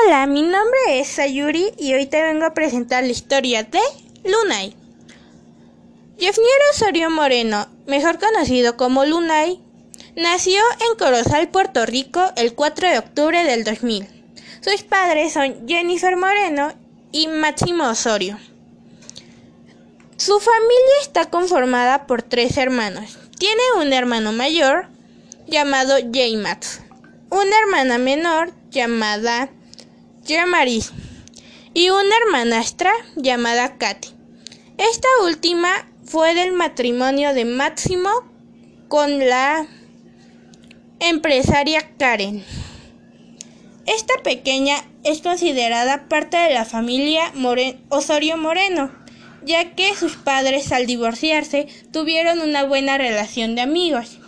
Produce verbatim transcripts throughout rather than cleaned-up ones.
Hola, mi nombre es Sayuri y hoy te vengo a presentar la historia de Lunay. Jefnier Osorio Moreno, mejor conocido como Lunay, nació en Corozal, Puerto Rico, el cuatro de octubre del dos mil. Sus padres son Jennifer Moreno y Máximo Osorio. Su familia está conformada por tres hermanos. Tiene un hermano mayor llamado J-Max, una hermana menor llamada Yamaris y una hermanastra llamada Katy. Esta última fue del matrimonio de Máximo con la empresaria Karen. Esta pequeña es considerada parte de la familia More- Osorio Moreno, ya que sus padres al divorciarse tuvieron una buena relación de amigos.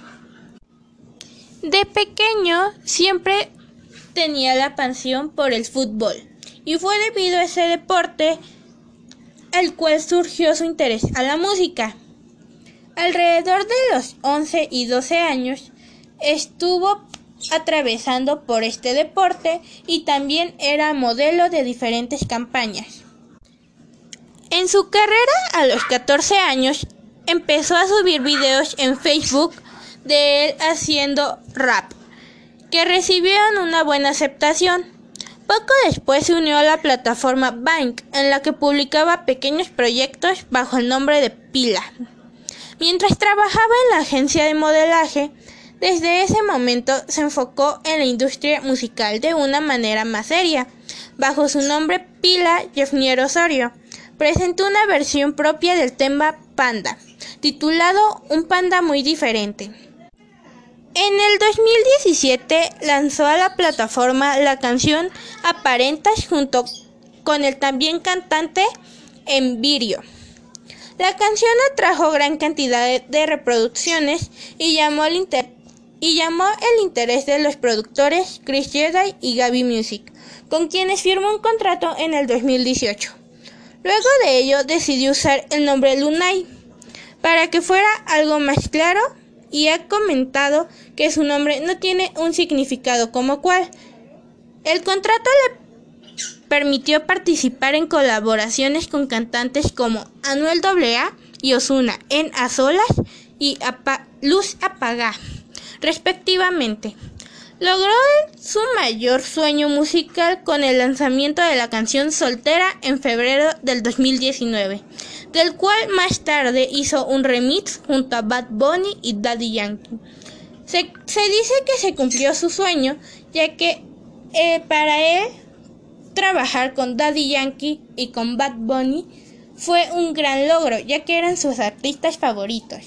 De pequeño siempre tenía la pasión por el fútbol y fue debido a ese deporte el cual surgió su interés a la música. Alrededor de los once y doce años estuvo atravesando por este deporte y también era modelo de diferentes campañas. En su carrera a los catorce años empezó a subir videos en Facebook de él haciendo rap, que recibieron una buena aceptación. Poco después se unió a la plataforma Vine, en la que publicaba pequeños proyectos bajo el nombre de Pila. Mientras trabajaba en la agencia de modelaje, desde ese momento se enfocó en la industria musical de una manera más seria. Bajo su nombre Pila Jefnier Osorio, presentó una versión propia del tema Panda, titulado Un Panda Muy Diferente. En el dos mil diecisiete lanzó a la plataforma la canción Aparentas junto con el también cantante Envirio. La canción atrajo gran cantidad de, de reproducciones y llamó, el inter y llamó el interés de los productores Chris Jedi y Gaby Music, con quienes firmó un contrato en el dos mil dieciocho. Luego de ello decidió usar el nombre Lunay para que fuera algo más claro, y ha comentado que su nombre no tiene un significado como cual. El contrato le permitió participar en colaboraciones con cantantes como Anuel doble A y Ozuna en A Solas y Apa- Luz Apagá, respectivamente. Logró su mayor sueño musical con el lanzamiento de la canción Soltera en febrero del dos mil diecinueve, del cual más tarde hizo un remix junto a Bad Bunny y Daddy Yankee. Se, se dice que se cumplió su sueño, ya que eh, para él trabajar con Daddy Yankee y con Bad Bunny fue un gran logro, ya que eran sus artistas favoritos.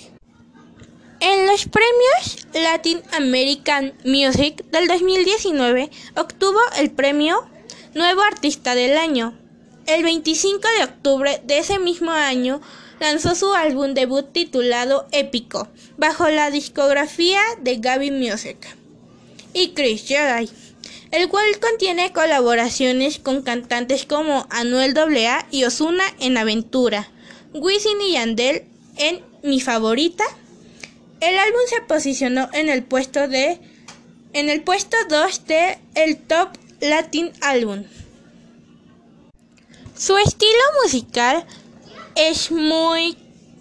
En los premios Latin American Music del dos mil diecinueve obtuvo el premio Nuevo Artista del Año. El veinticinco de octubre de ese mismo año lanzó su álbum debut titulado Épico, bajo la discografía de Gaby Music y Chris Jedi, el cual contiene colaboraciones con cantantes como Anuel doble A y Ozuna en Aventura, Wisin y Yandel en Mi Favorita. El álbum se posicionó en el puesto de en el puesto dos de el Top Latin Album. Su estilo musical es muy,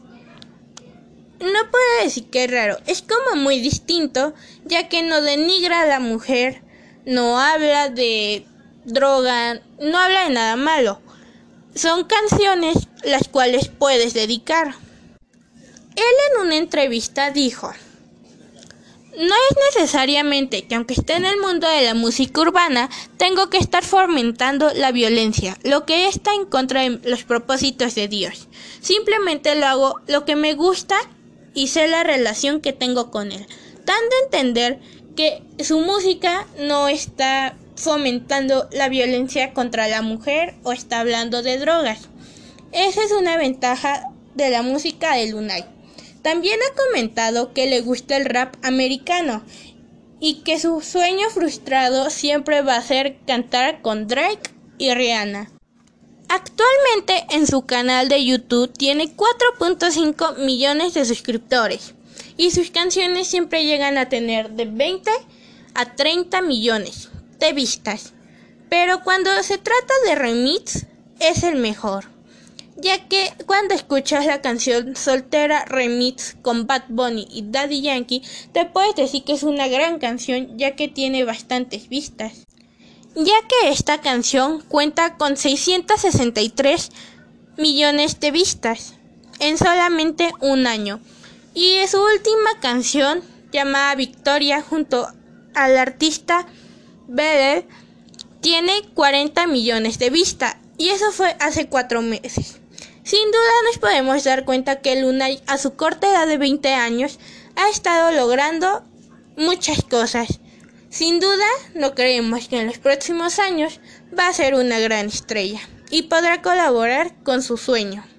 no puedo decir que es raro, es como muy distinto, ya que no denigra a la mujer, no habla de droga, no habla de nada malo. Son canciones las cuales puedes dedicar. Él en una entrevista dijo: no es necesariamente que aunque esté en el mundo de la música urbana, tengo que estar fomentando la violencia, lo que está en contra de los propósitos de Dios. Simplemente lo hago lo que me gusta y sé la relación que tengo con Él, dando a entender que su música no está fomentando la violencia contra la mujer o está hablando de drogas. Esa es una ventaja de la música de Lunay. También ha comentado que le gusta el rap americano y que su sueño frustrado siempre va a ser cantar con Drake y Rihanna. Actualmente en su canal de YouTube tiene cuatro punto cinco millones de suscriptores y sus canciones siempre llegan a tener de veinte a treinta millones de vistas. pero cuando se trata de remix es el mejor, ya que cuando escuchas la canción Soltera Remix con Bad Bunny y Daddy Yankee, te puedes decir que es una gran canción, ya que tiene bastantes vistas, ya que esta canción cuenta con seiscientos sesenta y tres millones de vistas en solamente un año, y su última canción, llamada Victoria, junto al artista Belle, tiene cuarenta millones de vistas, y eso fue hace cuatro meses. Sin duda nos podemos dar cuenta que Lunay, a su corta edad de veinte años, ha estado logrando muchas cosas. Sin duda, no creemos que en los próximos años va a ser una gran estrella y podrá colaborar con su sueño.